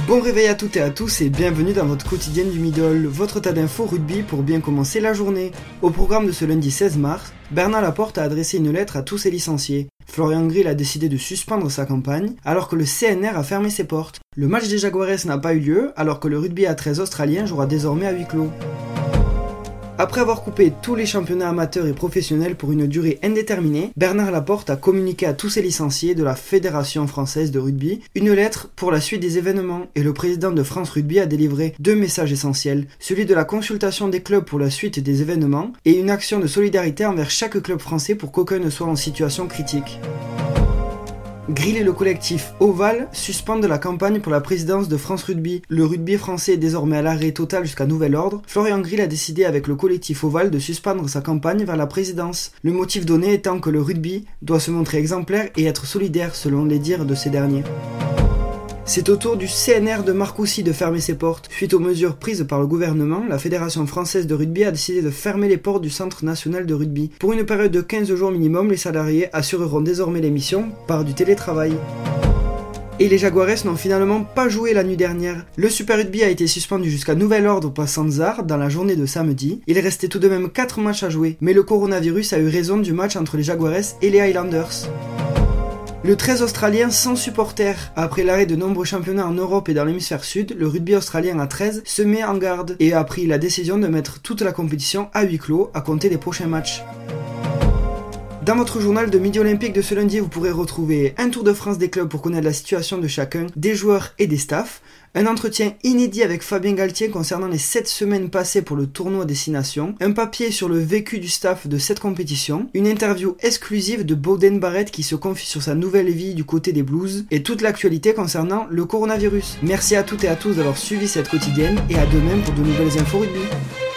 Bon réveil à toutes et à tous et bienvenue dans votre quotidienne du Middle, votre tas d'infos rugby pour bien commencer la journée. Au programme de ce lundi 16 mars, Bernard Laporte a adressé une lettre à tous ses licenciés. Florian Grill a décidé de suspendre sa campagne alors que le CNR a fermé ses portes. Le match des Jaguares n'a pas eu lieu alors que le rugby à 13 australien jouera désormais à huis clos. Après avoir coupé tous les championnats amateurs et professionnels pour une durée indéterminée, Bernard Laporte a communiqué à tous ses licenciés de la Fédération française de rugby une lettre pour la suite des événements et le président de France Rugby a délivré deux messages essentiels, celui de la consultation des clubs pour la suite des événements et une action de solidarité envers chaque club français pour qu'aucun ne soit en situation critique. Grill et le collectif Oval suspendent la campagne pour la présidence de France Rugby. Le rugby français est désormais à l'arrêt total jusqu'à nouvel ordre. Florian Grill a décidé avec le collectif Oval de suspendre sa campagne vers la présidence. Le motif donné étant que le rugby doit se montrer exemplaire et être solidaire selon les dires de ces derniers. C'est au tour du CNR de Marcoussis de fermer ses portes. Suite aux mesures prises par le gouvernement, la Fédération française de rugby a décidé de fermer les portes du Centre national de rugby. Pour une période de 15 jours minimum, les salariés assureront désormais les missions par du télétravail. Et les Jaguares n'ont finalement pas joué la nuit dernière. Le Super Rugby a été suspendu jusqu'à nouvel ordre par Sanzar dans la journée de samedi. Il restait tout de même 4 matchs à jouer, mais le coronavirus a eu raison du match entre les Jaguares et les Highlanders. Le 13 australien sans supporters. Après l'arrêt de nombreux championnats en Europe et dans l'hémisphère sud, le rugby australien à 13 se met en garde et a pris la décision de mettre toute la compétition à huis clos à compter des prochains matchs. Dans votre journal de Midi Olympique de ce lundi, vous pourrez retrouver un tour de France des clubs pour connaître la situation de chacun, des joueurs et des staffs, un entretien inédit avec Fabien Galtier concernant les 7 semaines passées pour le tournoi des 6 nations, un papier sur le vécu du staff de cette compétition, une interview exclusive de Beauden Barrett qui se confie sur sa nouvelle vie du côté des Blues et toute l'actualité concernant le coronavirus. Merci à toutes et à tous d'avoir suivi cette quotidienne et à demain pour de nouvelles infos rugby.